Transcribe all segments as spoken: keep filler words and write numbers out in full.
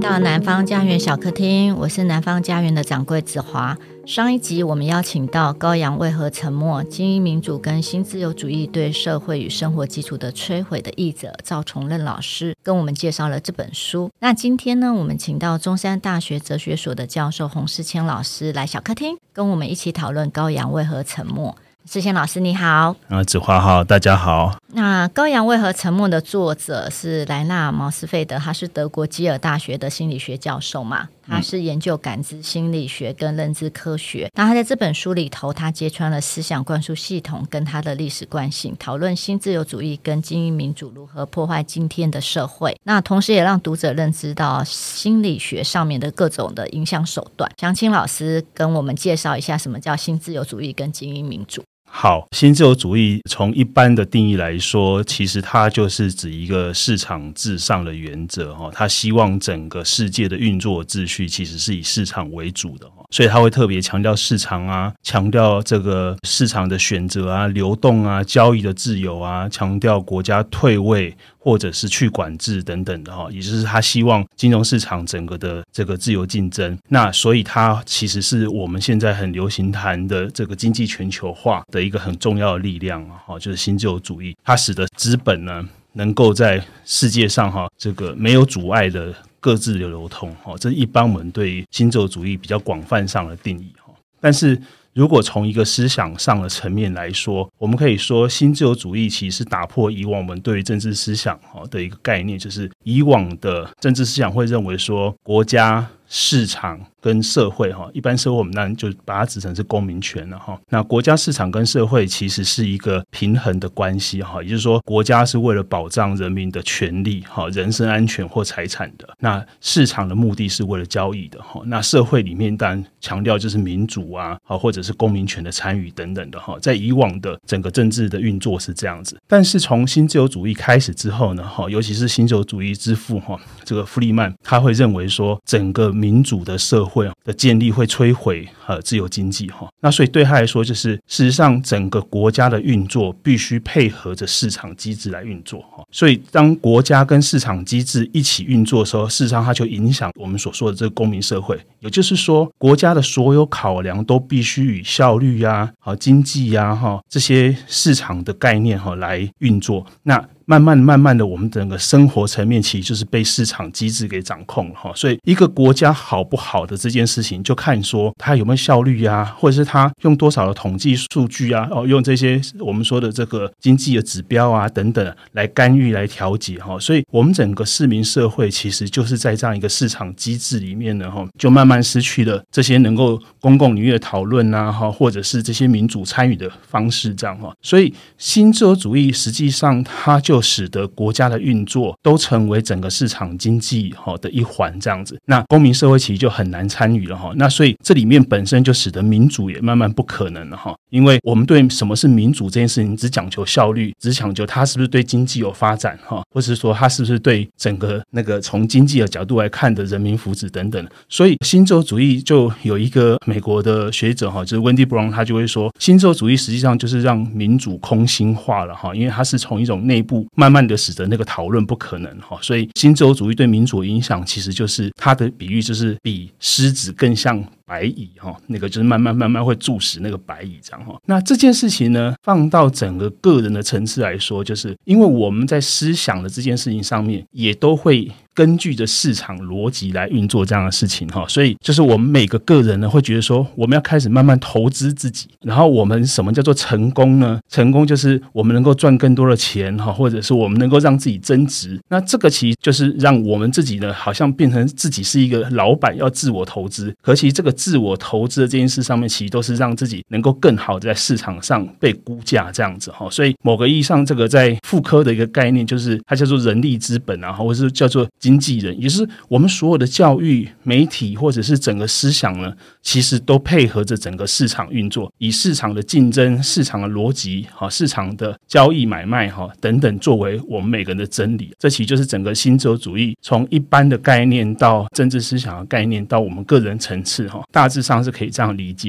到南方家园小客厅，我是南方家园的掌柜子华。上一集我们邀请到高阳为何沉没，精英民主跟新自由主义对社会与生活基础的摧毁的译者赵崇任老师，跟我们介绍了这本书。那今天呢，我们请到中山大学哲学所的教授洪世谦老师来小客厅，跟我们一起讨论高阳为何沉没。世谦老师你好。 啊，子华好，大家好。 那高阳为何沉没的作者是莱纳毛斯费德，他是德国基尔大学的心理学教授嘛，他是研究感知心理学跟认知科学。那他在这本书里头，他揭穿了思想灌输系统跟他的历史惯性，讨论新自由主义跟精英民主如何破坏今天的社会。那同时也让读者认知到心理学上面的各种的影响手段。想请老师跟我们介绍一下什么叫新自由主义跟精英民主。 好，新自由主义从一般的定义来说，其实它就是指一个市场至上的原则，它希望整个世界的运作秩序其实是以市场为主的，所以它会特别强调市场啊，强调这个市场的选择啊、流动啊、交易的自由啊，强调国家退位或者是去管制等等的，也就是他希望金融市场整个的这个自由竞争。那所以它其实是我们现在很流行谈的这个经济全球化的一个很重要的力量，就是新自由主义。它使得资本呢能够在世界上这个没有阻碍的各自流通，这是一般我们对新自由主义比较广泛上的定义。但是如果从一个思想上的层面来说，我们可以说新自由主义其实是打破以往我们对于政治思想的一个概念，就是以往的政治思想会认为说国家、市场跟社会，一般社会我们当然就把它指成是公民权了。那国家、市场跟社会其实是一个平衡的关系，也就是说国家是为了保障人民的权利、人身安全或财产的，那市场的目的是为了交易的，那社会里面当然强调就是民主啊，或者是公民权的参与等等的，在以往的整个政治的运作是这样子。但是从新自由主义开始之后呢，尤其是新自由主义之父这个弗里曼，他会认为说整个民主的社会的建立会摧毁呃自由经济，那所以对他来说，就是事实上整个国家的运作必须配合着市场机制来运作。所以当国家跟市场机制一起运作的时候，事实上它就影响我们所说的这个公民社会。也就是说，国家的所有考量都必须以效率啊、经济啊这些市场的概念来运作。那慢慢慢慢的，我们整个生活层面其实就是被市场机制给掌控了。所以一个国家好不好的这件事情，就看说它有没有效率啊，或者是它用多少的统计数据啊，用这些我们说的这个经济的指标啊等等来干预来调节。所以我们整个市民社会其实就是在这样一个市场机制里面呢，就慢慢失去了这些能够公共领域的讨论啊，或者是这些民主参与的方式这样。所以新自由主义实际上它就使得国家的运作都成为整个市场经济的一环这样子，那公民社会其实就很难参与了。那所以这里面本身就使得民主也慢慢不可能了，因为我们对什么是民主这件事情只讲求效率，只讲求它是不是对经济有发展，或是说它是不是对整个那个从经济的角度来看的人民福祉等等。所以新自由主义就有一个美国的学者就是 Wendy Brown， 他就会说新自由主义实际上就是让民主空心化了，因为它是从一种内部慢慢的使得那个讨论不可能。所以新自由主义对民主的影响其实就是它的比喻就是比狮子更像白蚁，那个就是慢慢慢慢会注食那个白蚁这样。那这件事情呢，放到整个个人的层次来说，就是因为我们在思想的这件事情上面也都会根据着市场逻辑来运作这样的事情，所以就是我们每个个人呢会觉得说我们要开始慢慢投资自己，然后我们什么叫做成功呢？成功就是我们能够赚更多的钱，或者是我们能够让自己增值。那这个其实就是让我们自己呢好像变成自己是一个老板要自我投资，可其实这个自我投资的这件事上面其实都是让自己能够更好的在市场上被估价这样子。所以某个意义上这个在妇科的一个概念就是它叫做人力资本啊，或者是叫做经纪人，也就是我们所有的教育、媒体或者是整个思想呢，其实都配合着整个市场运作，以市场的竞争、市场的逻辑、市场的交易买卖等等作为我们每个人的真理。这其实就是整个新自由主义从一般的概念到政治思想的概念到我们个人层次，大致上是可以这样理解啦。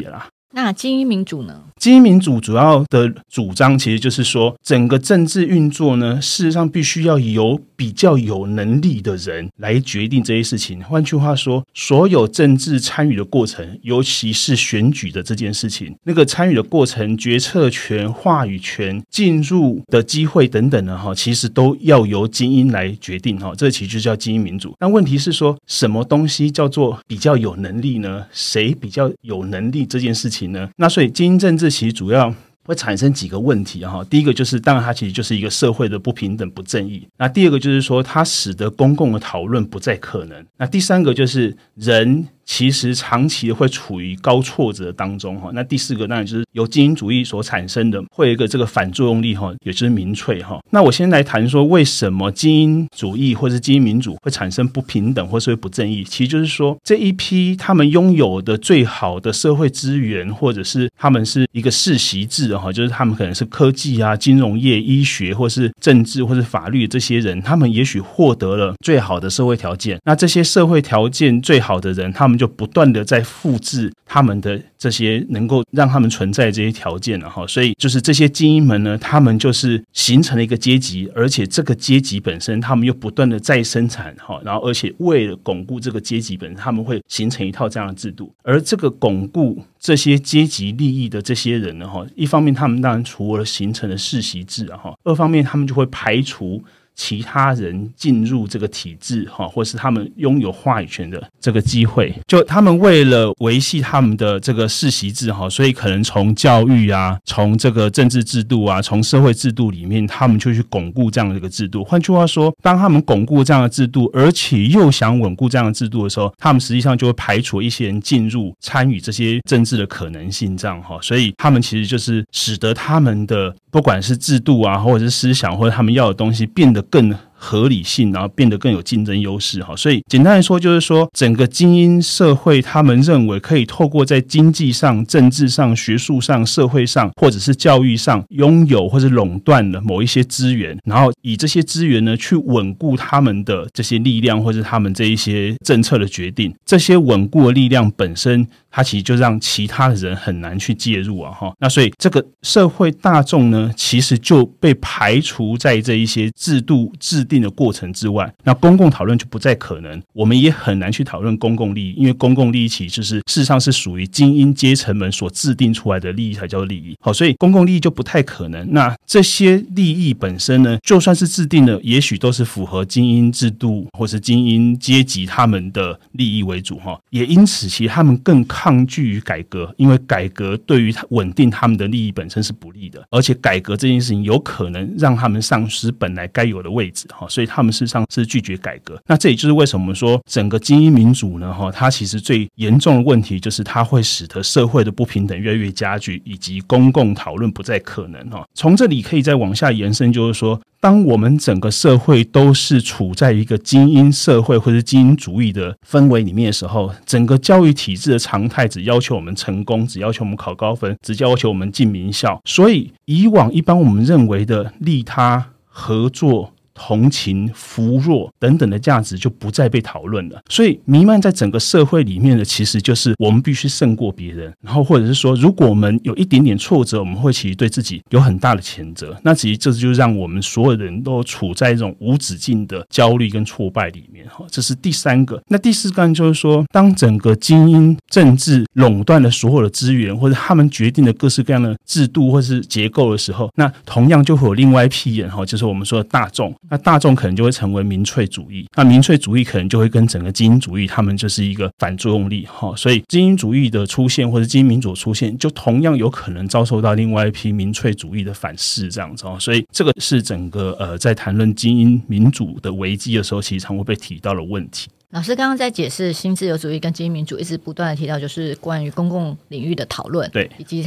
那精英民主呢？ 精英民主主要的主张其实就是说，整个政治运作呢，事实上必须要由比较有能力的人来决定这些事情。换句话说，所有政治参与的过程，尤其是选举的这件事情，那个参与的过程、决策权、话语权、进入的机会等等呢，其实都要由精英来决定。这其实就叫精英民主。但问题是说，什么东西叫做比较有能力呢？谁比较有能力这件事情呢？那所以精英政治其实主要会产生几个问题哈。第一个就是，当然它其实就是一个社会的不平等、不正义。那第二个就是说，它使得公共的讨论不再可能。那第三个就是人其实长期会处于高挫折当中。那第四个当然就是由精英主义所产生的会有一个这个反作用力，也就是民粹。那我先来谈说为什么精英主义或是精英民主会产生不平等或是不正义。其实就是说，这一批他们拥有的最好的社会资源，或者是他们是一个世袭制，就是他们可能是科技啊、金融业、医学或是政治或是法律，这些人他们也许获得了最好的社会条件。那这些社会条件最好的人，他们就不断的在复制他们的这些能够让他们存在的这些条件了。所以就是这些精英们呢，他们就是形成了一个阶级，而且这个阶级本身他们又不断的再生产，然后而且为了巩固这个阶级本身，他们会形成一套这样的制度。而这个巩固这些阶级利益的这些人呢，一方面他们当然除了形成了世袭制，二方面他们就会排除其他人进入这个体制，或是他们拥有话语权的这个机会。就他们为了维系他们的这个世袭制，所以可能从教育啊，从这个政治制度啊，从社会制度里面，他们就去巩固这样的一个制度。换句话说，当他们巩固这样的制度，而且又想稳固这样的制度的时候，他们实际上就会排除一些人进入参与这些政治的可能性。这样，所以他们其实就是使得他们的不管是制度啊，或者是思想，或者他们要的东西变得更合理性，然后变得更有竞争优势。所以简单来说就是说，整个精英社会他们认为可以透过在经济上、政治上、学术上、社会上或者是教育上拥有或者垄断了某一些资源，然后以这些资源呢去稳固他们的这些力量，或者他们这一些政策的决定。这些稳固的力量本身，它其实就让其他的人很难去介入啊。那所以这个社会大众呢，其实就被排除在这一些制度制定的过程之外，那公共讨论就不再可能。我们也很难去讨论公共利益，因为公共利益其实就是事实上是属于精英阶层们所制定出来的利益才叫利益。好，所以公共利益就不太可能。那这些利益本身呢，就算是制定了，也许都是符合精英制度或是精英阶级他们的利益为主。也因此其实他们更抗拒于改革，因为改革对于稳定他们的利益本身是不利的，而且改革这件事情有可能让他们丧失本来该有的位置，所以他们事实上是拒绝改革。那这也就是为什么我们说整个精英民主呢，它其实最严重的问题就是它会使得社会的不平等越来越加剧，以及公共讨论不再可能。从这里可以再往下延伸，就是说当我们整个社会都是处在一个精英社会或者精英主义的氛围里面的时候，整个教育体制的常态只要求我们成功，只要求我们考高分，只要求我们进名校。所以以往一般我们认为的利他、合作、同情、扶弱等等的价值就不再被讨论了。所以弥漫在整个社会里面的其实就是我们必须胜过别人，然后或者是说如果我们有一点点挫折，我们会其实对自己有很大的谴责。那其实这就让我们所有人都处在这种无止境的焦虑跟挫败里面。这是第三个。那第四个就是说，当整个精英政治垄断了所有的资源，或者他们决定了各式各样的制度或是结构的时候，那同样就会有另外一批人，就是我们说的大众。那大众可能就会成为民粹主义，那民粹主义可能就会跟整个精英主义他们就是一个反作用力。所以精英主义的出现或者精英民主出现，就同样有可能遭受到另外一批民粹主义的反噬，这样子。所以这个是整个呃在谈论精英民主的危机的时候，其实常会被提到的问题。 老师刚刚在解释新自由主义跟精英民主，一直不断的提到就是关于公共领域的讨论， 对， 以及它就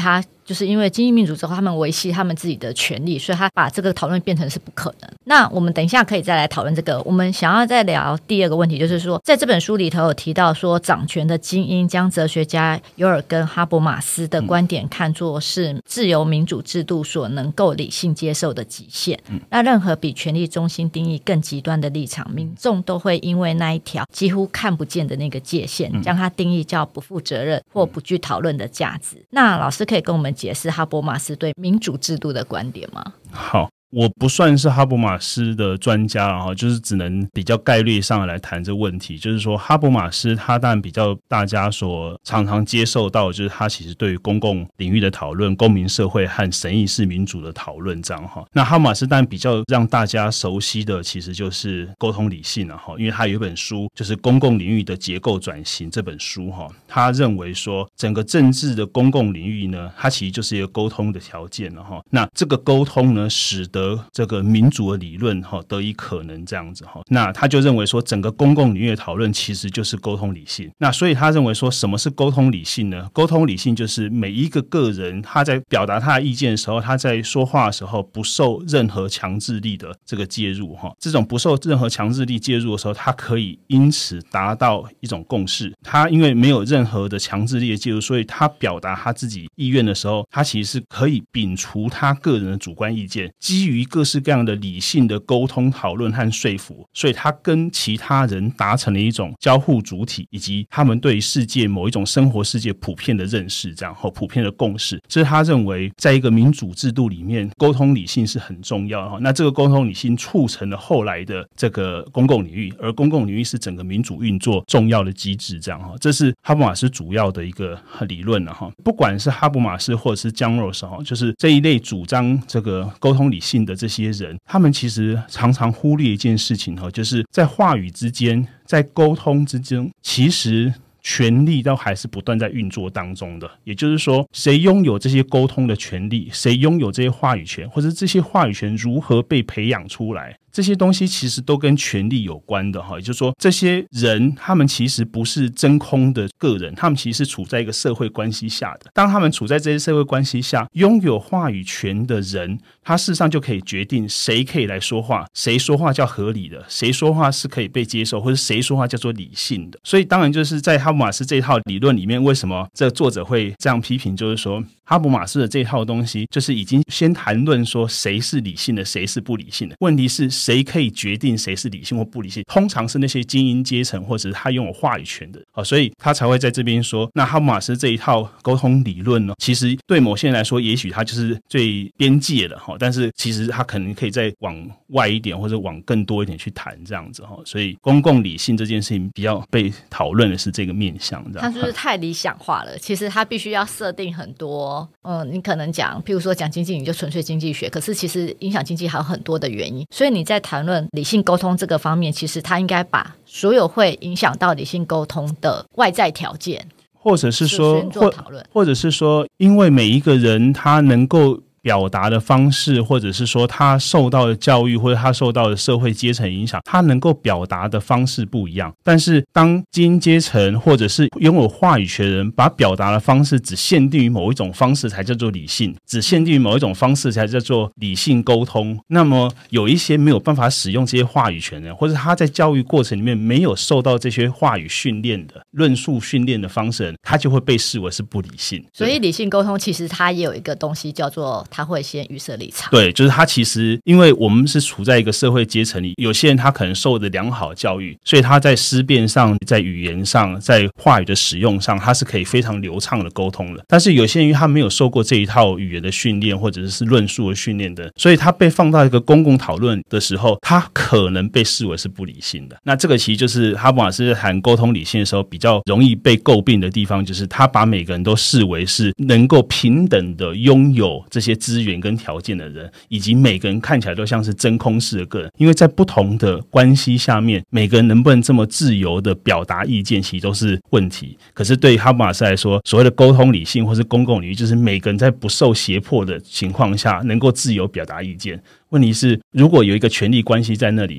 就是因为精英民主之后他们维系他们自己的权利，所以他把这个讨论变成是不可能。那我们等一下可以再来讨论这个。我们想要再聊第二个问题，就是说在这本书里头有提到说掌权的精英将哲学家尤尔根哈伯马斯的观点看作是自由民主制度所能够理性接受的极限、嗯、那任何比权力中心定义更极端的立场，民众都会因为那一条几乎看不见的那个界限将它定义叫不负责任或不具讨论的价值。那老师可以跟我们解释哈伯马斯对民主制度的观点吗？ 好，我不算是哈伯马斯的专家，就是只能比较概率上来谈这个问题。就是说哈伯马斯他当然比较大家所常常接受到的就是他其实对于公共领域的讨论、公民社会和审议式民主的讨论这样。那哈伯马斯当然比较让大家熟悉的其实就是沟通理性，因为他有一本书就是公共领域的结构转型这本书，他认为说整个政治的公共领域呢，它其实就是一个沟通的条件。那这个沟通呢使得这个民主的理论得以可能这样子。那他就认为说整个公共领域的讨论其实就是沟通理性。那所以他认为说什么是沟通理性呢？沟通理性就是每一个个人他在表达他的意见的时候，他在说话的时候不受任何强制力的这个介入，这种不受任何强制力介入的时候，他可以因此达到一种共识。他因为没有任何的强制力的介入，所以他表达他自己意愿的时候，他其实是可以摒除他个人的主观意见，基于各式各样的理性的沟通讨论和说服，所以他跟其他人达成了一种交互主体，以及他们对世界某一种生活世界普遍的认识，这样后普遍的共识。这是他认为在一个民主制度里面沟通理性是很重要的。那这个沟通理性促成了后来的这个公共领域，而公共领域是整个民主运作重要的机制，这样这是哈伯马斯主要的一个理论。不管是哈伯马斯或者是江 Rawls， 就是这一类主张这个沟通理性的这些人，他们其实常常忽略一件事情，就是在话语之间，在沟通之间，其实权力都还是不断在运作当中的。也就是说，谁拥有这些沟通的权利，谁拥有这些话语权，或者这些话语权如何被培养出来，这些东西其实都跟权力有关的。也就是说，这些人他们其实不是真空的个人，他们其实是处在一个社会关系下的。当他们处在这些社会关系下，拥有话语权的人，他事实上就可以决定谁可以来说话，谁说话叫合理的，谁说话是可以被接受，或者谁说话叫做理性的。所以当然就是在哈伯马斯这一套理论里面，为什么这个作者会这样批评，就是说哈伯马斯的这套东西就是已经先谈论说谁是理性的，谁是不理性的。问题是谁可以决定谁是理性或不理性？通常是那些精英阶层，或者是他拥有话语权的。所以他才会在这边说，那哈伯马斯这一套沟通理论呢，其实对某些人来说也许他就是最边界的，但是其实他可能可以再往外一点，或者往更多一点去谈这样子。所以公共理性这件事情比较被讨论的是这个面向。 他就是太理想化了，其实他必须要设定很多嗯，你可能讲譬如说讲经济你就纯粹经济学，可是其实影响经济还有很多的原因。所以你在谈论理性沟通这个方面，其实他应该把所有会影响到理性沟通的外在条件， 或者是说做讨论， 或者是说因为每一个人他能够表达的方式，或者是说他受到的教育，或者他受到的社会阶层影响，他能够表达的方式不一样。但是当精英阶层或者是拥有话语权的人把表达的方式只限定于某一种方式才叫做理性，只限定于某一种方式才叫做理性沟通，那么有一些没有办法使用这些话语权的，或者他在教育过程里面没有受到这些话语训练的论述训练的方式，他就会被视为是不理性。 所以理性沟通其实它也有一个东西叫做他会先预设立场。 对，就是他其实因为我们是处在一个社会阶层里，有些人他可能受的良好教育，所以他在思辨上，在语言上，在话语的使用上，他是可以非常流畅的沟通的。但是有些人他没有受过这一套语言的训练，或者是论述的训练的，所以他被放到一个公共讨论的时候，他可能被视为是不理性的。那这个其实就是哈伯马斯在谈沟通理性的时候比较容易被诟病的地方，就是他把每个人都视为是能够平等的拥有这些资源跟条件的人，以及每个人看起来都像是真空式的个人。因为在不同的关系下面，每个人能不能这么自由的表达意见其实都是问题。可是对于哈伯马斯来说，所谓的沟通理性或是公共领域，就是每个人在不受胁迫的情况下能够自由表达意见。问题是如果有一个权力关系在那里，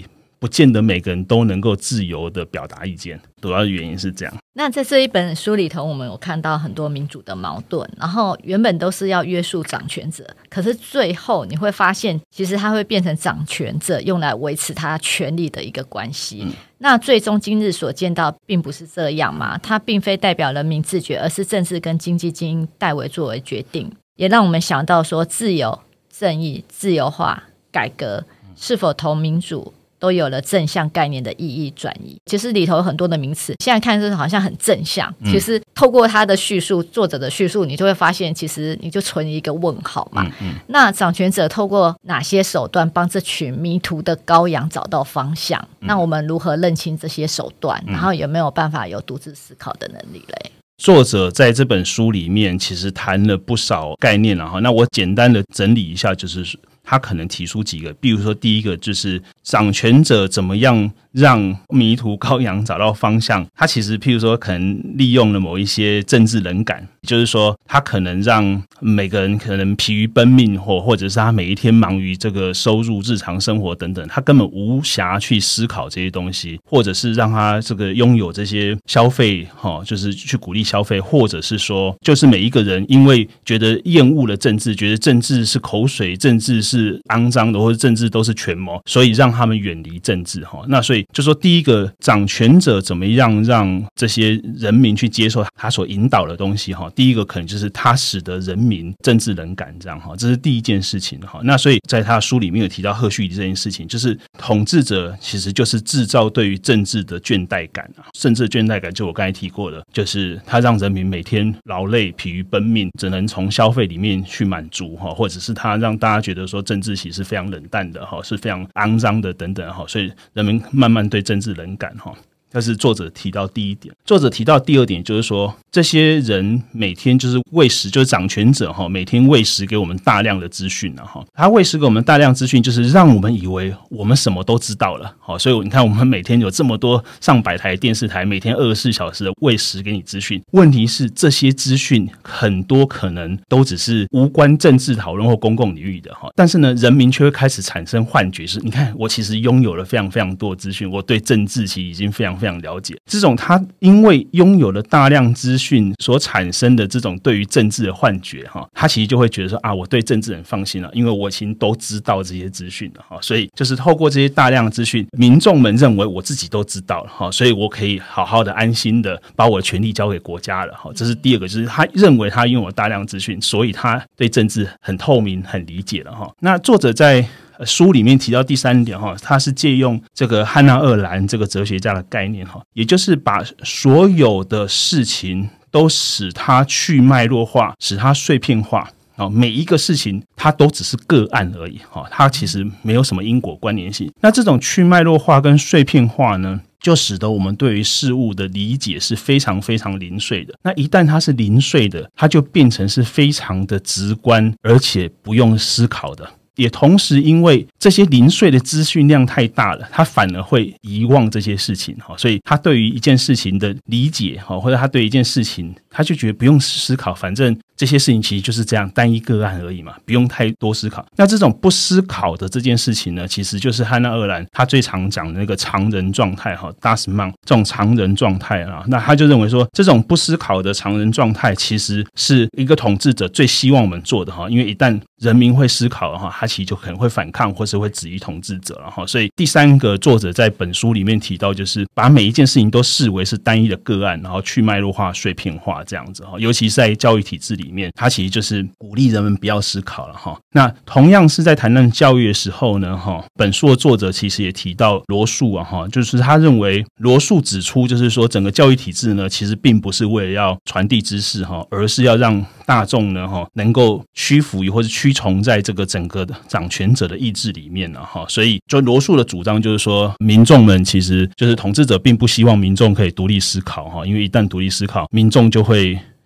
不见得每个人都能够自由的表达意见，主要的原因是这样。 那在这一本书里头，我们有看到很多民主的矛盾，然后原本都是要约束掌权者，可是最后你会发现其实它会变成掌权者用来维持他权力的一个关系、嗯、那最终今日所见到并不是这样嘛，它并非代表人民自觉，而是政治跟经济精英代为作为决定，也让我们想到说自由、正义、自由化、改革是否投民主都有了正向概念的意义转移。其实里头有很多的名词现在看是好像很正向、嗯、其实透过他的叙述，作者的叙述，你就会发现其实你就存一个问号嘛、嗯嗯、那掌权者透过哪些手段帮这群迷途的羔羊找到方向、嗯、那我们如何认清这些手段、嗯、然后有没有办法有独自思考的能力嘞？ 作者在这本书里面其实谈了不少概念，那我简单的整理一下，就是他可能提出几个，比如说第一个就是掌权者怎么样让迷途羔羊找到方向，他其实譬如说可能利用了某一些政治冷感，就是说他可能让每个人可能疲于奔命，或或者是他每一天忙于这个收入日常生活等等，他根本无暇去思考这些东西，或者是让他这个拥有这些消费，就是去鼓励消费，或者是说就是每一个人因为觉得厌恶了政治，觉得政治是口水，政治是肮脏的，或者政治都是权谋，所以让他们远离政治。那所以就说第一个，掌权者怎么样让这些人民去接受他所引导的东西，第一个可能就是他使得人民政治冷感，这样这是第一件事情。那所以在他的书里面有提到赫胥黎这件事情，就是统治者其实就是制造对于政治的倦怠感，甚至倦怠感就我刚才提过的，就是他让人民每天劳累疲于奔命，只能从消费里面去满足，或者是他让大家觉得说政治其实是非常冷淡的，是非常肮脏的等等，所以人们慢慢对政治冷感。这是作者提到第一点。作者提到第二点，就是说这些人每天就是喂食，就是掌权者每天喂食给我们大量的资讯，他喂食给我们大量资讯，就是让我们以为我们什么都知道了。所以你看我们每天有这么多上百台电视台，每天二十四小时的喂食给你资讯，问题是这些资讯很多可能都只是无关政治讨论或公共领域的，但是呢人民却会开始产生幻觉，是你看我其实拥有了非常非常多的资讯，我对政治其实已经非常非常了解。这种他因为拥有了大量资讯所产生的这种对于政治的幻觉，他其实就会觉得说啊，我对政治很放心了，因为我已经都知道这些资讯了。所以就是透过这些大量的资讯，民众们认为我自己都知道了，所以我可以好好的安心的把我的权力交给国家了。这是第二个，就是他认为他拥有大量资讯，所以他对政治很透明很理解了。那作者在书里面提到第三点，他是借用这个汉娜·鄂兰这个哲学家的概念，也就是把所有的事情都使它去脉络化，使它碎片化，每一个事情它都只是个案而已，它其实没有什么因果关联性。那这种去脉络化跟碎片化呢，就使得我们对于事物的理解是非常非常零碎的。那一旦它是零碎的，它就变成是非常的直观，而且不用思考的。也同时因为这些零碎的资讯量太大了，他反而会遗忘这些事情，所以他对于一件事情的理解，或者他对一件事情他就觉得不用思考，反正这些事情其实就是这样单一个案而已嘛，不用太多思考。那这种不思考的这件事情呢，其实就是汉娜·鄂兰他最常讲的那个常人状态 Das-Mann 这种常人状态啊，那他就认为说这种不思考的常人状态其实是一个统治者最希望我们做的，因为一旦人民会思考的话，他其实就可能会反抗或是会质疑统治者了。所以第三个作者在本书里面提到，就是把每一件事情都视为是单一的个案，然后去脉络化碎片化这样子，尤其是在教育体制里面，他其实就是鼓励人们不要思考了。那同样是在谈论教育的时候呢，本书的作者其实也提到罗素啊，就是他认为罗素指出，就是说整个教育体制呢，其实并不是为了要传递知识，而是要让大众呢能够屈服于或是屈从在这个整个掌权者的意志里面了。所以就罗素的主张就是说，民众们其实就是统治者并不希望民众可以独立思考，因为一旦独立思考，民众就会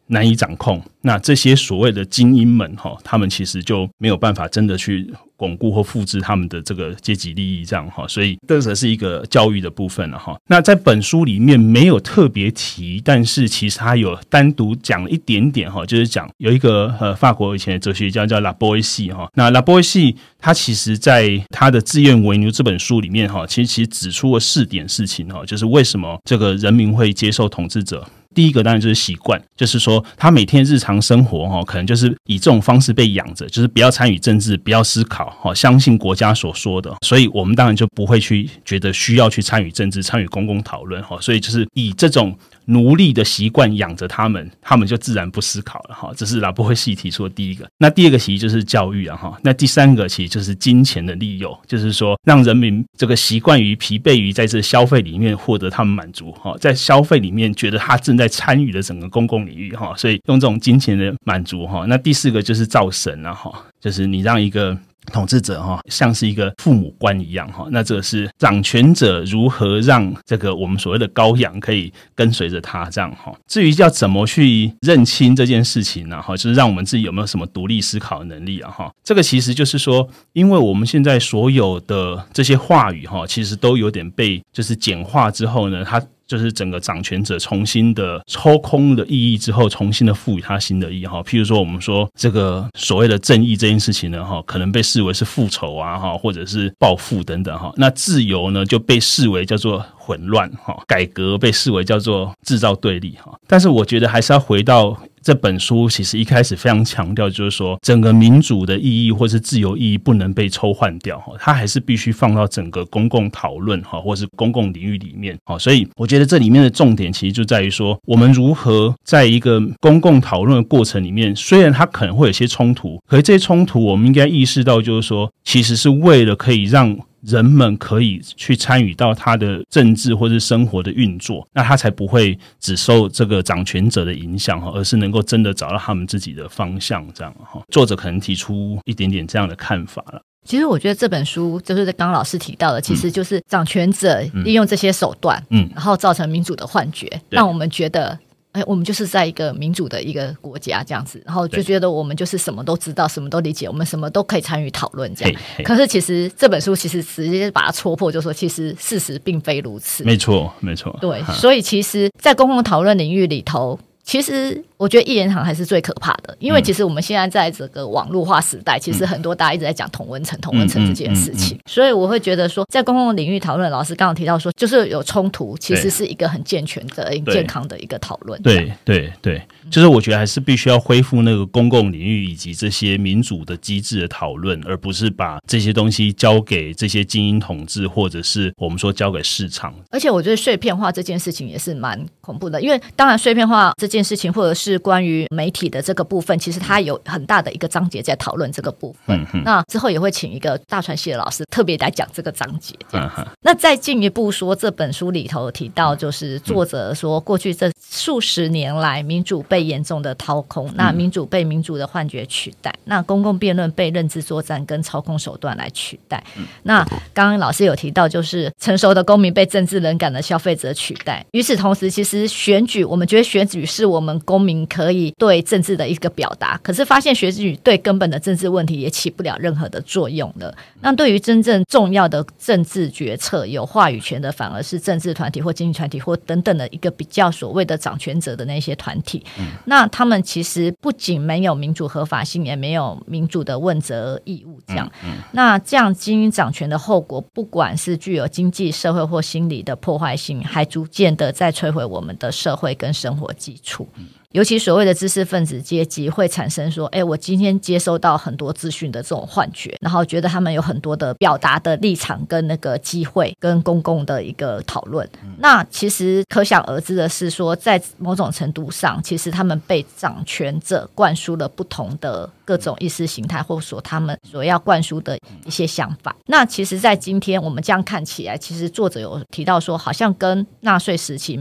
难以掌控，那这些所谓的精英们哈，他们其实就没有办法真的去巩固或复制他们的这个阶级利益，这样哈，所以这个是一个教育的部分了哈。那在本书里面没有特别提，但是其实他有单独讲了一点点哈，就是讲有一个呃法国以前的哲学家叫拉波伊西哈，那拉波伊西他其实在他的《自愿为奴》这本书里面哈，其实其实指出了四点事情哈，就是为什么这个人民会接受统治者。第一个当然就是习惯，就是说他每天日常生活可能就是以这种方式被养着，就是不要参与政治，不要思考，相信国家所说的，所以我们当然就不会去觉得需要去参与政治，参与公共讨论，所以就是以这种奴隶的习惯养着他们，他们就自然不思考了，这是拉波西提出的第一个。那第二个其实就是教育啊，那第三个其实就是金钱的利诱，就是说让人民这个习惯于疲惫于在这消费里面获得他们满足，在消费里面觉得他正在参与了整个公共领域，所以用这种金钱的满足。那第四个就是造神啊，就是你让一个统治者像是一个父母官一样，那这个是掌权者如何让这个我们所谓的羔羊可以跟随着他这样。至于要怎么去认清这件事情呢，就是让我们自己有没有什么独立思考的能力啊，这个其实就是说因为我们现在所有的这些话语其实都有点被就是简化之后呢，它就是整个掌权者重新的抽空的意义之后，重新的赋予它新的意义。譬如说我们说这个所谓的正义这件事情呢，可能被视为是复仇啊，或者是报复等等。那自由呢就被视为叫做混乱，改革被视为叫做制造对立。但是我觉得还是要回到这本书其实一开始非常强调，就是说整个民主的意义或是自由意义不能被抽换掉，它还是必须放到整个公共讨论或是公共领域里面。所以我觉得这里面的重点其实就在于说我们如何在一个公共讨论的过程里面，虽然它可能会有些冲突，可是这些冲突我们应该意识到，就是说其实是为了可以让人们可以去参与到他的政治或是生活的运作，那他才不会只受这个掌权者的影响，而是能够真的找到他们自己的方向。这样作者可能提出一点点这样的看法了。 其实我觉得这本书就是刚刚老师提到的，其实就是掌权者利用这些手段，嗯，然后造成民主的幻觉，让我们觉得哎，我们就是在一个民主的一个国家这样子，然后就觉得我们就是什么都知道，什么都理解，我们什么都可以参与讨论这样。可是其实这本书其实直接把它戳破，就说其实事实并非如此。 没错，没错。 对，所以其实在公共讨论领域里头，其实我觉得一言堂还是最可怕的，因为其实我们现在在这个网络化时代，其实很多大家一直在讲同温层同温层这件事情，所以我会觉得说在公共领域讨论，老师刚刚提到说就是有冲突，其实是一个很健全的健康的一个讨论。 对对对，就是我觉得还是必须要恢复那个公共领域以及这些民主的机制的讨论，而不是把这些东西交给这些精英统治，或者是我们说交给市场。 而且我觉得碎片化这件事情也是蛮恐怖的，因为当然碎片化这件事情或者是关于媒体的这个部分，其实它有很大的一个章节在讨论这个部分、嗯、那之后也会请一个大传系的老师特别来讲这个章节这样、嗯、那再进一步说，这本书里头提到就是作者说过去这数十年来民主被严重的掏空，那民主被民主的幻觉取代，那公共辩论被认知作战跟操控手段来取代、嗯、那刚刚老师有提到就是成熟的公民被政治冷感的消费者取代。与此同时，其实选举我们觉得选举是我们公民可以对政治的一个表达，可是发现选举对根本的政治问题也起不了任何的作用了。那对于真正重要的政治决策有话语权的，反而是政治团体或经济团体或等等的一个比较所谓的掌权者的那些团体、嗯、那他们其实不仅没有民主合法性，也没有民主的问责义务这样、嗯嗯、那这样精英掌权的后果，不管是具有经济社会或心理的破坏性，还逐渐的在摧毁我们的社会跟生活基础、嗯，尤其所谓的知识分子阶级会产生说，哎，我今天接收到很多资讯的这种幻觉，然后觉得他们有很多的表达的立场跟那个机会跟公共的一个讨论、嗯、那其实可想而知的是说，在某种程度上其实他们被掌权者灌输了不同的各种意识形态，或者说他们所要灌输的一些想法。那其实在今天我们这样看起来，其实作者有提到说好像跟纳粹时期没有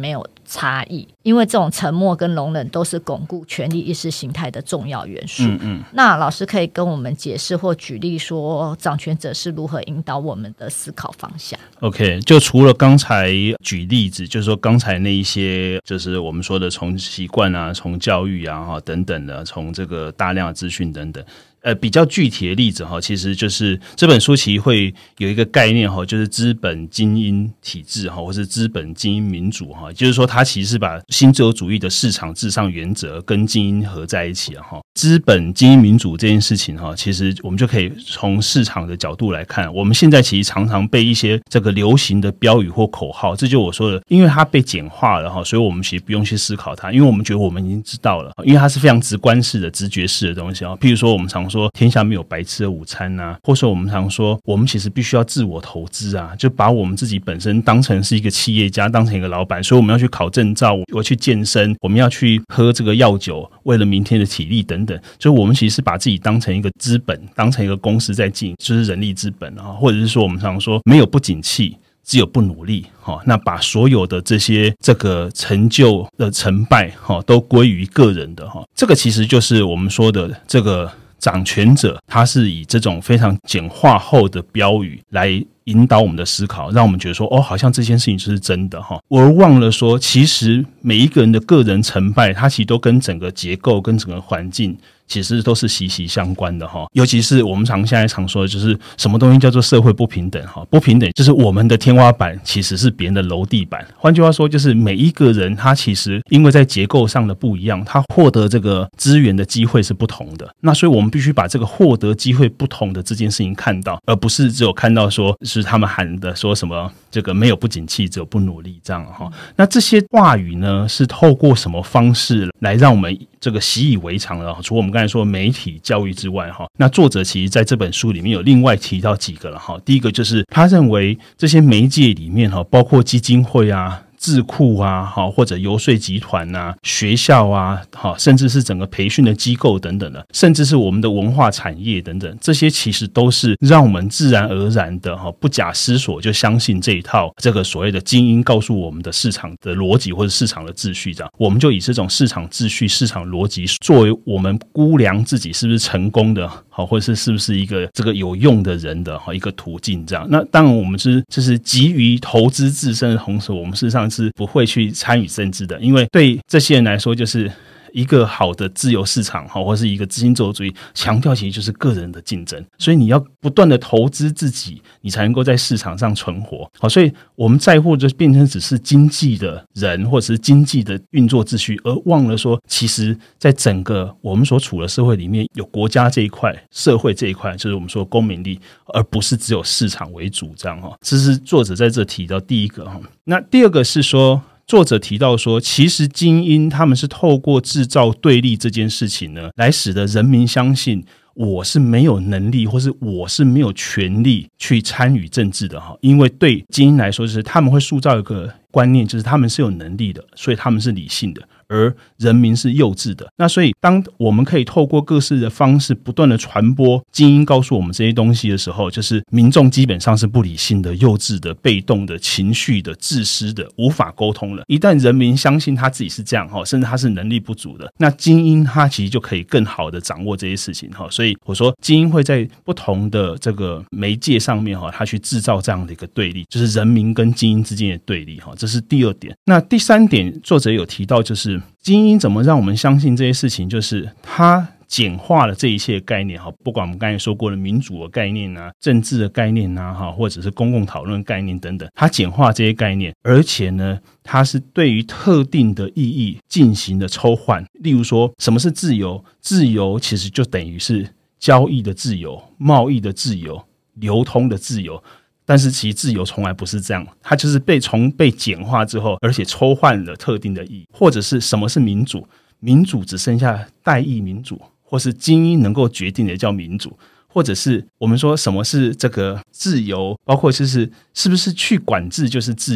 差异，因为这种沉默跟容忍都是巩固权力意识形态的重要元素。嗯嗯，那老师可以跟我们解释或举例说掌权者是如何引导我们的思考方向？ OK， 就除了刚才举例子，就是说刚才那一些就是我们说的从习惯啊，从教育啊等等的，从这个大量的资讯等等，呃，比较具体的例子哈，其实就是这本书其实会有一个概念哈，就是资本精英体制哈，或是资本精英民主哈，就是说它其实是把新自由主义的市场至上原则跟精英合在一起哈。资本精英民主这件事情哈，其实我们就可以从市场的角度来看，我们现在其实常常被一些这个流行的标语或口号，这就我说的，因为它被简化了哈，所以我们其实不用去思考它，因为我们觉得我们已经知道了，因为它是非常直观式的、直觉式的东西啊。譬如说，我们常说。说天下没有白吃的午餐啊，或者说我们常说我们其实必须要自我投资啊，就把我们自己本身当成是一个企业家，当成一个老板，所以我们要去考证照，我去健身，我们要去喝这个药酒，为了明天的体力等等，就是我们其实是把自己当成一个资本，当成一个公司在经营，就是人力资本啊，或者是说我们常说没有不景气，只有不努力，那把所有的这些这个成就的成败都归于个人的，这个其实就是我们说的这个掌权者，他是以这种非常简化后的标语来引导我们的思考，让我们觉得说哦，好像这件事情就是真的哈，而忘了说其实每一个人的个人成败，它其实都跟整个结构跟整个环境其实都是息息相关的哈。尤其是我们常现在常说的就是什么东西叫做社会不平等哈，不平等就是我们的天花板其实是别人的楼地板，换句话说就是每一个人他其实因为在结构上的不一样，他获得这个资源的机会是不同的，那所以我们必须把这个获得机会不同的这件事情看到，而不是只有看到说是他们喊的说什么这个没有不景气，只有不努力这样哈。那这些话语呢是透过什么方式来让我们这个习以为常的？除了我们刚才说媒体教育之外哈，那作者其实在这本书里面有另外提到几个了哈。第一个就是他认为这些媒介里面哈，包括基金会啊、智库啊，或者游说集团啊、学校啊，甚至是整个培训的机构等等的，甚至是我们的文化产业等等，这些其实都是让我们自然而然的不假思索就相信这一套这个所谓的精英告诉我们的市场的逻辑或者市场的秩序，这样我们就以这种市场秩序、市场逻辑作为我们估量自己是不是成功的，或者是是不是一个这个有用的人的一个途径。这样，那当然我们是就是急于投资自身的同时，我们事实上是不会去参与政治的，因为对这些人来说，就是一个好的自由市场或是一个资金自由主义强调其实就是个人的竞争，所以你要不断的投资自己，你才能够在市场上存活。好，所以我们在乎就变成只是经济的人或者是经济的运作秩序，而忘了说其实在整个我们所处的社会里面有国家这一块，社会这一块，就是我们说公民力，而不是只有市场为主这样。这是作者在这提到第一个。那第二个是说作者提到说，其实精英他们是透过制造对立这件事情呢，来使得人民相信我是没有能力或是我是没有权利去参与政治的，因为对精英来说，就是他们会塑造一个观念，就是他们是有能力的，所以他们是理性的，而人民是幼稚的。那所以当我们可以透过各式的方式不断的传播精英告诉我们这些东西的时候，就是民众基本上是不理性的、幼稚的、被动的、情绪的、自私的，无法沟通了。一旦人民相信他自己是这样，甚至他是能力不足的，那精英他其实就可以更好的掌握这些事情。所以我说精英会在不同的这个媒介上面他去制造这样的一个对立，就是人民跟精英之间的对立，这是第二点。那第三点作者有提到，就是精英怎么让我们相信这些事情，就是他简化了这一切概念，不管我们刚才说过的民主的概念啊、政治的概念啊，或者是公共讨论概念等等，他简化这些概念，而且呢它是对于特定的意义进行的抽换。例如说什么是自由？自由其实就等于是交易的自由、贸易的自由、流通的自由，但是其实自由从来不是这样，它就是被从被简化之后，而且抽换了特定的意义。或者是什么是民主？民主只剩下代议民主，或是精英能够决定的叫民主。或者是我们说什么是这个自由，包括就是是不是去管制就是自由，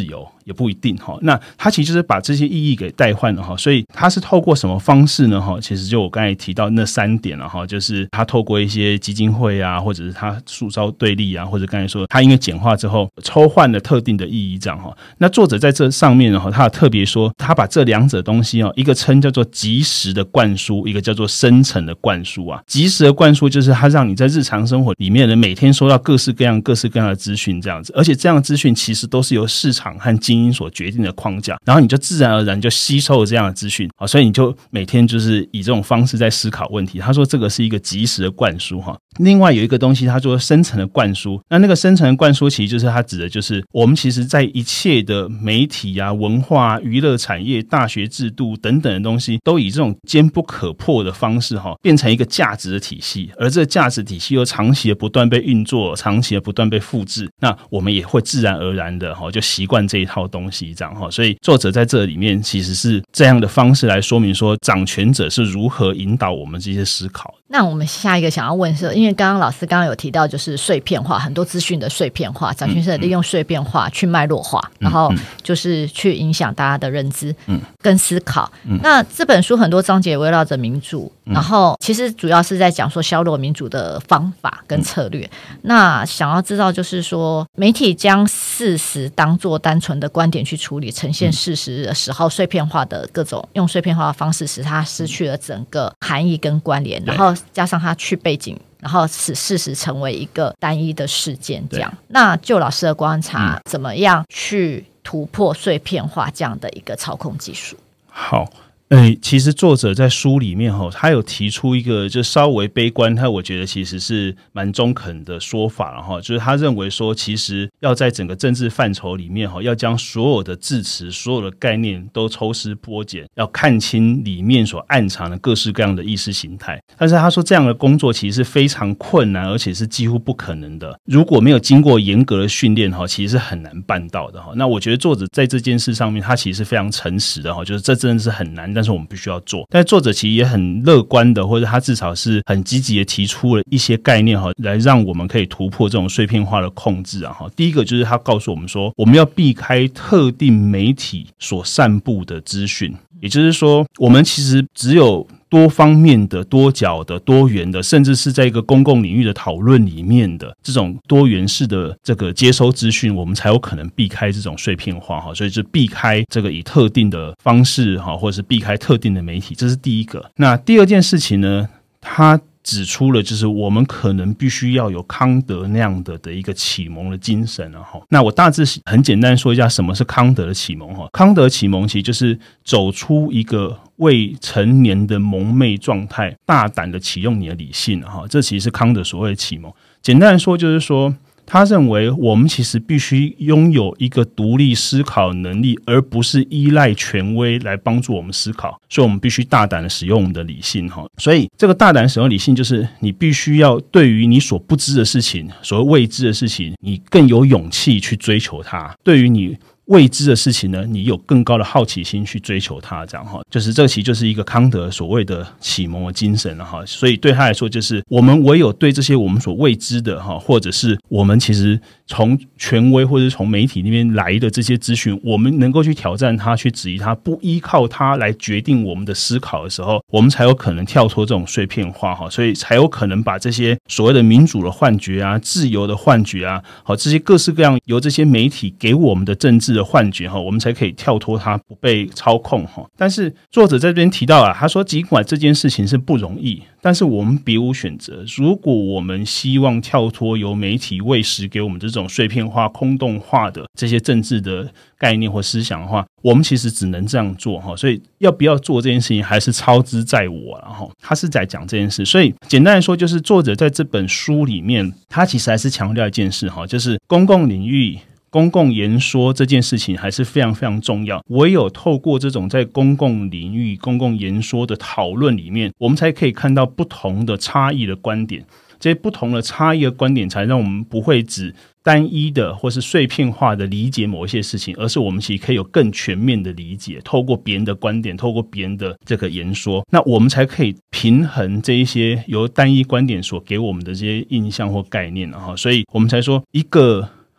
也不一定哈。那他其实就是把这些意义给代换了哈，所以他是透过什么方式呢哈？其实就我刚才提到那三点了哈，就是他透过一些基金会啊，或者是他塑造对立啊，或者刚才说他因为简化之后抽换了特定的意义这样哈。那作者在这上面哈，他有特别说他把这两者东西哦，一个称叫做即时的灌输，一个叫做深层的灌输啊。即时的灌输就是他让你在日常生活里面的每天收到各式各样各式各样的资讯这样子，而且这样的资讯其实都是由市场和精英所决定的框架，然后你就自然而然就吸收了这样的资讯，所以你就每天就是以这种方式在思考问题。他说这个是一个即时的灌输。另外有一个东西他说深层的灌输，那那个深层的灌输其实就是他指的就是我们其实在一切的媒体啊、文化啊、娱乐产业、大学制度等等的东西都以这种坚不可破的方式变成一个价值的体系，而这个价值体系又长期的不断被运作，长期的不断被复制，那我们也会自然而然的就习惯这一套东西这样。所以作者在这里面其实是这样的方式来说明说掌权者是如何引导我们这些思考。 那我们下一个想要问是，因为刚刚老师刚刚有提到就是碎片化，很多资讯的碎片化，掌权者利用碎片化去脉络化、嗯、然后就是去影响大家的认知跟思考、嗯、那这本书很多章节围绕着民主、嗯、然后其实主要是在讲说削弱民主的方法跟策略、嗯、那想要知道就是说媒体将事实当作单纯的观点去处理，呈现事实的时候、嗯、碎片化的各种用碎片化的方式使它失去了整个含义跟关联，然后加上它去背景，然后使事实成为一个单一的事件这样。那就老师的观察、嗯、怎么样去突破碎片化这样的一个操控技术？ 好，欸、其实作者在书里面他有提出一个就稍微悲观，他我觉得其实是蛮中肯的说法，就是他认为说其实要在整个政治范畴里面要将所有的字词所有的概念都抽丝剥茧，要看清里面所暗藏的各式各样的意识形态。但是他说这样的工作其实是非常困难，而且是几乎不可能的，如果没有经过严格的训练其实是很难办到的。那我觉得作者在这件事上面他其实是非常诚实的，就是这真的是很难，但是我们必须要做。但作者其实也很乐观的，或者他至少是很积极的提出了一些概念来让我们可以突破这种碎片化的控制。第一个就是他告诉我们说我们要避开特定媒体所散布的资讯，也就是说我们其实只有多方面的、多角的、多元的，甚至是在一个公共领域的讨论里面的这种多元式的这个接收资讯，我们才有可能避开这种碎片化，所以就避开这个以特定的方式或者是避开特定的媒体，这是第一个。那第二件事情呢，他指出了就是我们可能必须要有康德那样的的一个启蒙的精神。那我大致很简单说一下什么是康德的启蒙。康德启蒙其实就是走出一个未成年的蒙昧状态，大胆的启用你的理性，这其实是康德所谓的启蒙。简单的说就是说他认为我们其实必须拥有一个独立思考能力，而不是依赖权威来帮助我们思考，所以我们必须大胆的使用我们的理性。所以这个大胆使用理性就是你必须要对于你所不知的事情，所谓未知的事情，你更有勇气去追求它，对于你未知的事情呢，你有更高的好奇心去追求它，这样哈，就是这其实就是一个康德所谓的启蒙的精神哈。所以对他来说，就是我们唯有对这些我们所未知的哈，或者是我们其实从权威或者是从媒体那边来的这些资讯，我们能够去挑战它，去质疑它，不依靠它来决定我们的思考的时候，我们才有可能跳脱这种碎片化哈，所以才有可能把这些所谓的民主的幻觉啊、自由的幻觉啊，好，这些各式各样由这些媒体给我们的政治的幻觉，我们才可以跳脱它，不被操控。但是作者在这边提到啊，他说尽管这件事情是不容易，但是我们别无选择。如果我们希望跳脱由媒体喂食给我们这种碎片化、空洞化的这些政治的概念或思想的话，我们其实只能这样做。所以要不要做这件事情还是操之在我。他是在讲这件事，所以简单来说就是作者在这本书里面他其实还是强调一件事，就是公共领域公共言说这件事情还是非常非常重要，唯有透过这种在公共领域公共言说的讨论里面，我们才可以看到不同的差异的观点，这些不同的差异的观点才让我们不会只单一的或是碎片化的理解某一些事情，而是我们其实可以有更全面的理解，透过别人的观点，透过别人的这个言说，那我们才可以平衡这一些由单一观点所给我们的这些印象或概念。所以我们才说一个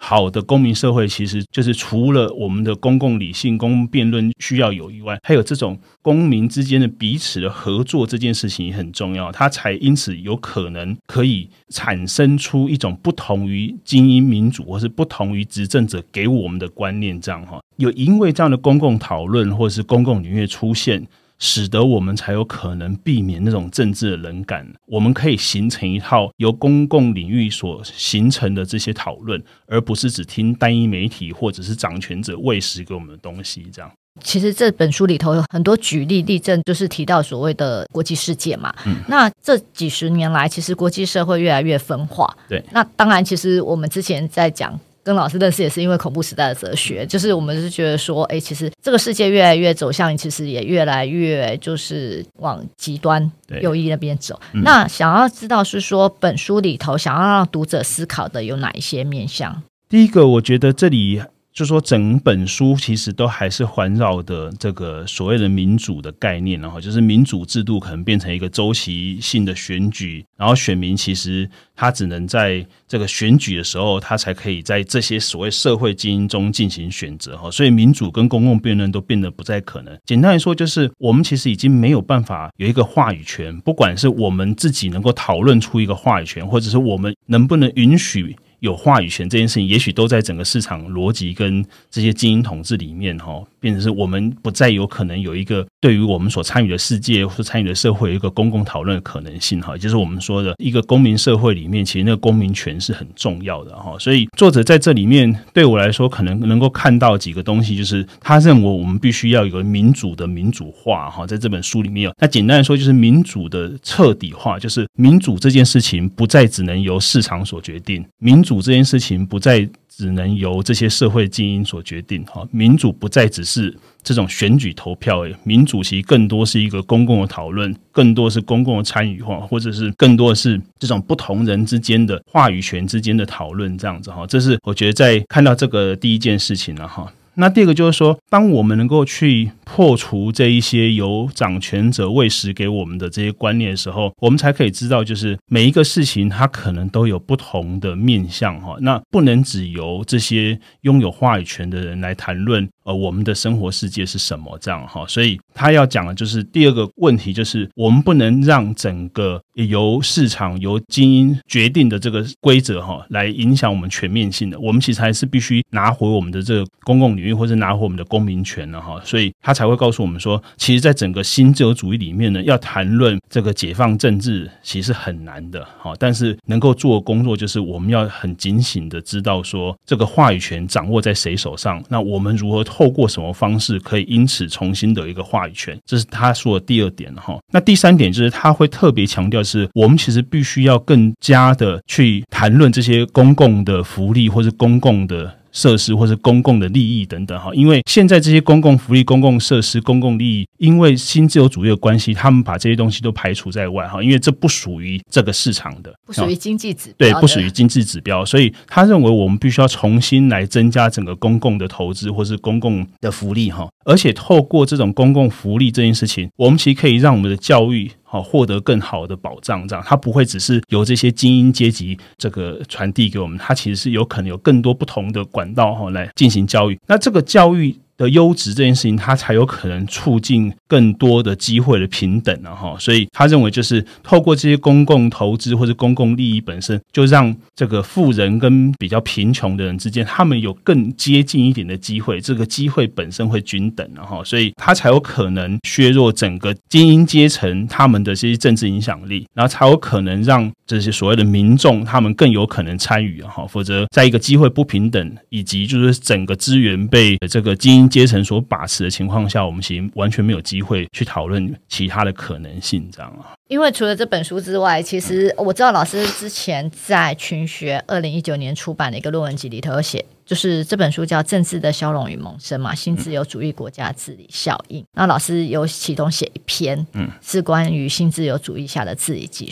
好的公民社会其实就是除了我们的公共理性、公共辩论需要有以外，还有这种公民之间的彼此的合作，这件事情也很重要，它才因此有可能可以产生出一种不同于精英民主或是不同于执政者给我们的观念，这样有因为这样的公共讨论或是公共领域出现，使得我们才有可能避免那种政治的冷感，我们可以形成一套由公共领域所形成的这些讨论，而不是只听单一媒体或者是掌权者喂食给我们的东西这样。 其实这本书里头有很多举例例证，就是提到所谓的国际世界嘛、嗯、那这几十年来其实国际社会越来越分化， 对， 那当然其实我们之前在讲跟老师认识也是因为恐怖时代的哲学，就是我们是觉得说哎，其实这个世界越来越走向，其实也越来越就是往极端右翼那边走、嗯、那想要知道是说本书里头想要让读者思考的有哪一些面向。 第一个我觉得这里就说整本书其实都还是环绕的这个所谓的民主的概念，然后就是民主制度可能变成一个周期性的选举，然后选民其实他只能在这个选举的时候他才可以在这些所谓社会精英中进行选择，所以民主跟公共辩论都变得不再可能。简单来说就是我们其实已经没有办法有一个话语权，不管是我们自己能够讨论出一个话语权，或者是我们能不能允许有话语权这件事情，也许都在整个市场逻辑跟这些精英统治里面变成是我们不再有可能有一个对于我们所参与的世界或参与的社会有一个公共讨论的可能性，也就是我们说的一个公民社会里面其实那个公民权是很重要的。所以作者在这里面对我来说可能能够看到几个东西，就是他认为我们必须要有个民主的民主化，在这本书里面那简单来说就是民主的彻底化，就是民主这件事情不再只能由市场所决定，民主这件事情不再只能由这些社会精英所决定，民主不再只是这种选举投票，民主其实更多是一个公共的讨论，更多是公共的参与化，或者是更多的是这种不同人之间的话语权之间的讨论，这样子。这是我觉得在看到这个第一件事情了哈。那第二个就是说，当我们能够去破除这一些由掌权者喂食给我们的这些观念的时候，我们才可以知道就是每一个事情它可能都有不同的面向，那不能只由这些拥有话语权的人来谈论呃，我们的生活世界是什么这样。所以他要讲的就是第二个问题，就是我们不能让整个由市场由精英决定的这个规则来影响我们全面性的，我们其实还是必须拿回我们的这个公共领域或者拿回我们的公民权了。所以他才会告诉我们说，其实在整个新自由主义里面呢，要谈论这个解放政治其实很难的，但是能够做的工作就是我们要很警醒的知道说这个话语权掌握在谁手上，那我们如何透过什么方式可以因此重新的一个话语权，这是他说的第二点。那第三点就是他会特别强调是我们其实必须要更加的去谈论这些公共的福利或是公共的设施或是公共的利益等等，因为现在这些公共福利、公共设施、公共利益因为新自由主义的关系，他们把这些东西都排除在外，因为这不属于这个市场的， 不属于经济指标， 对，不属于经济指标，所以他认为我们必须要重新来增加整个公共的投资或是公共的福利，而且透过这种公共福利这件事情，我们其实可以让我们的教育获得更好的保障，这样它不会只是由这些精英阶级这个传递给我们，它其实是有可能有更多不同的管道来进行教育。那这个教育的优质这件事情，它才有可能促进更多的机会的平等，啊，所以他认为就是透过这些公共投资或是公共利益本身，就让这个富人跟比较贫穷的人之间，他们有更接近一点的机会，这个机会本身会均等，啊，所以他才有可能削弱整个精英阶层他们的这些政治影响力，然后才有可能让这些所谓的民众他们更有可能参与，啊，否则在一个机会不平等以及就是整个资源被这个精英阶层所把持的情况下，我们其实完全没有机会去讨论其他的可能性，这样啊。 因为除了这本书之外，其实我知道老师之前在群学二零一九年出版的一个论文集里头有写，就是这本书叫《政治的消融与萌生》嘛，新自由主义国家治理效应。那老师有其中写一篇，嗯，是关于新自由主义下的治理技术。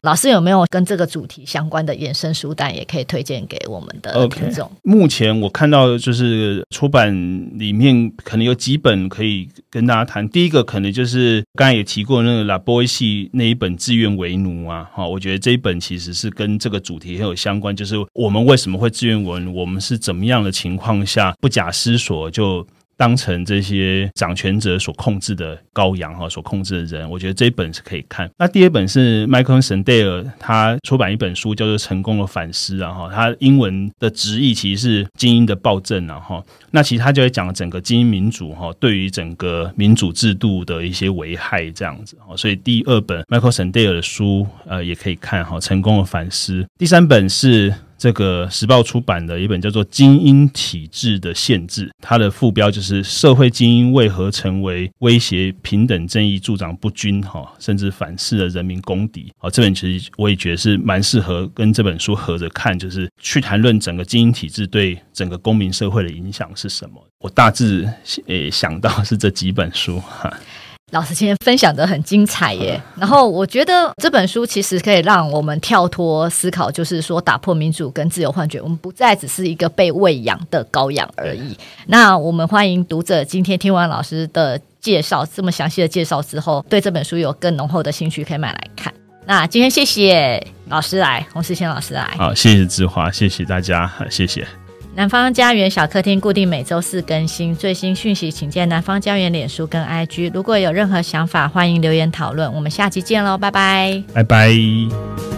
老师有没有跟这个主题相关的衍生书单也可以推荐给我们的听众？ okay, 目前我看到就是出版里面可能有几本可以跟大家谈。第一个可能就是刚才也提过那个拉波系那一本自愿为奴啊，我觉得这一本其实是跟这个主题很有相关，就是我们为什么会自愿为奴，我们是怎么样的情况下不假思索就当成这些掌权者所控制的羔羊所控制的人，我觉得这一本是可以看。那第二本是 Michael Sandel 他出版一本书叫做《成功的反思》啊，他英文的直译其实是精英的暴政啊，那其实他就会讲整个精英民主对于整个民主制度的一些危害这样子，所以第二本 Michael Sandel 的书呃也可以看《成功的反思》。第三本是这个时报出版的一本叫做《精英体制的限制》，它的副标就是社会精英为何成为威胁平等正义、助长不均甚至反噬了人民公敌。这本其实我也觉得是蛮适合跟这本书合着看，就是去谈论整个精英体制对整个公民社会的影响是什么。我大致也想到是这几本书。 老师今天分享得很精彩耶，然后我觉得这本书其实可以让我们跳脱思考，就是说打破民主跟自由幻觉，我们不再只是一个被喂养的羔羊而已。那我们欢迎读者今天听完老师的介绍，这么详细的介绍之后，对这本书有更浓厚的兴趣，可以买来看。那今天谢谢老师来，洪世谦老师来。 好，谢谢志华，谢谢大家，谢谢。 南方家园小客厅固定每周四更新，最新讯息请见南方家园脸书跟 I G。 如果有任何想法，欢迎留言讨论。我们下期见咯，拜拜， 拜拜。